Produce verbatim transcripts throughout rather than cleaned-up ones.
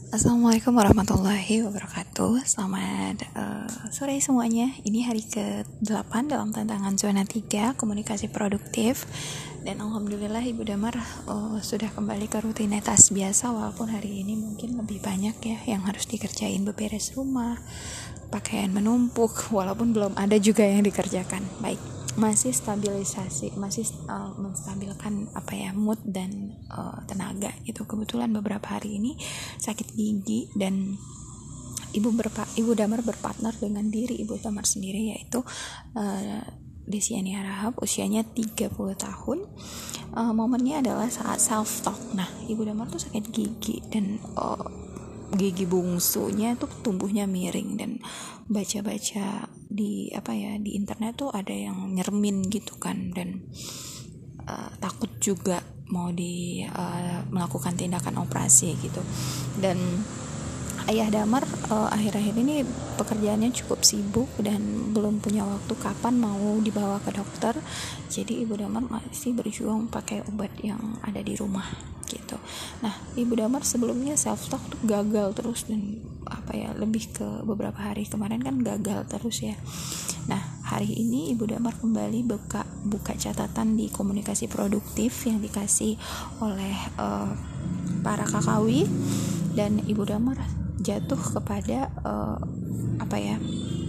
Assalamualaikum warahmatullahi wabarakatuh. Selamat uh, sore semuanya. Ini hari ke delapan dalam tantangan zona tiga komunikasi produktif. Dan alhamdulillah Ibu Damar uh, sudah kembali ke rutinitas biasa, walaupun hari ini mungkin lebih banyak ya yang harus dikerjain, beberes rumah, pakaian menumpuk, walaupun belum ada juga yang dikerjakan. Baik, masih stabilisasi, masih uh, menstabilkan apa ya mood dan uh, tenaga gitu. Kebetulan beberapa hari ini sakit gigi dan ibu berpa, ibu Damar berpartner dengan diri ibu Damar sendiri, yaitu uh, Desiania Rahab, usianya tiga puluh tahun. Uh, momennya adalah saat self talk. Nah, ibu Damar tuh sakit gigi dan uh, gigi bungsunya tuh tumbuhnya miring, dan baca-baca di apa ya di internet tuh ada yang nyermin gitu kan, dan uh, takut juga mau di uh, melakukan tindakan operasi gitu. Dan Ayah Damar uh, akhir-akhir ini pekerjaannya cukup sibuk dan belum punya waktu kapan mau dibawa ke dokter. Jadi Ibu Damar masih berjuang pakai obat yang ada di rumah gitu. Nah, Ibu Damar sebelumnya self talk tuh gagal terus, dan apa ya lebih ke beberapa hari kemarin kan gagal terus ya. Nah, hari ini Ibu Damar kembali buka buka catatan di komunikasi produktif yang dikasih oleh uh, para kakawi, dan Ibu Damar jatuh kepada uh, apa ya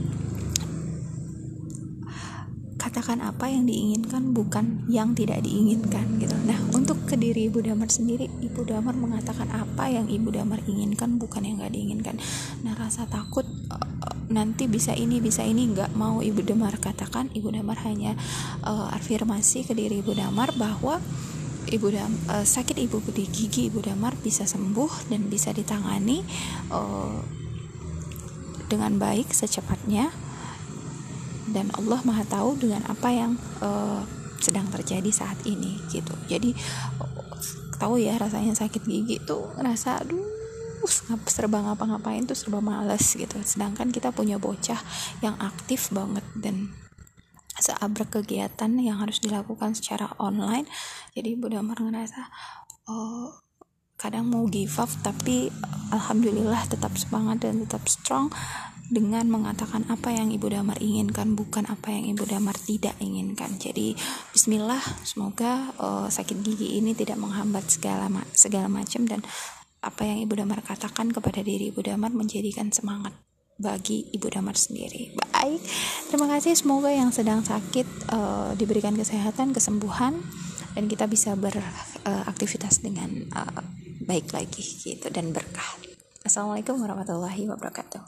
katakan apa yang diinginkan, bukan yang tidak diinginkan gitu. Nah, untuk ke diri Ibu Damar sendiri, Ibu Damar mengatakan apa yang Ibu Damar inginkan, bukan yang gak diinginkan. Nah, rasa takut uh, nanti bisa ini bisa ini gak mau Ibu Damar katakan. Ibu Damar hanya uh, afirmasi ke diri Ibu Damar bahwa Ibu Dam, uh, sakit ibu di gigi Ibu Damar bisa sembuh dan bisa ditangani uh, dengan baik secepatnya, dan Allah Maha tahu dengan apa yang uh, sedang terjadi saat ini gitu. Jadi uh, tahu ya rasanya sakit gigi tuh ngerasa aduh serba ngapa-ngapain tuh serba malas gitu, sedangkan kita punya bocah yang aktif banget dan seabrek kegiatan yang harus dilakukan secara online. Jadi Ibu Damar ngerasa oh, kadang mau give up, tapi alhamdulillah tetap semangat dan tetap strong dengan mengatakan apa yang Ibu Damar inginkan, bukan apa yang Ibu Damar tidak inginkan. Jadi bismillah, semoga uh, sakit gigi ini tidak menghambat segala ma- segala macam, dan apa yang Ibu Damar katakan kepada diri Ibu Damar menjadikan semangat bagi Ibu Damar sendiri. Baik, terima kasih. Semoga yang sedang sakit uh, diberikan kesehatan, kesembuhan, dan kita bisa beraktivitas uh, dengan uh, baik lagi gitu dan berkah. Assalamualaikum warahmatullahi wabarakatuh.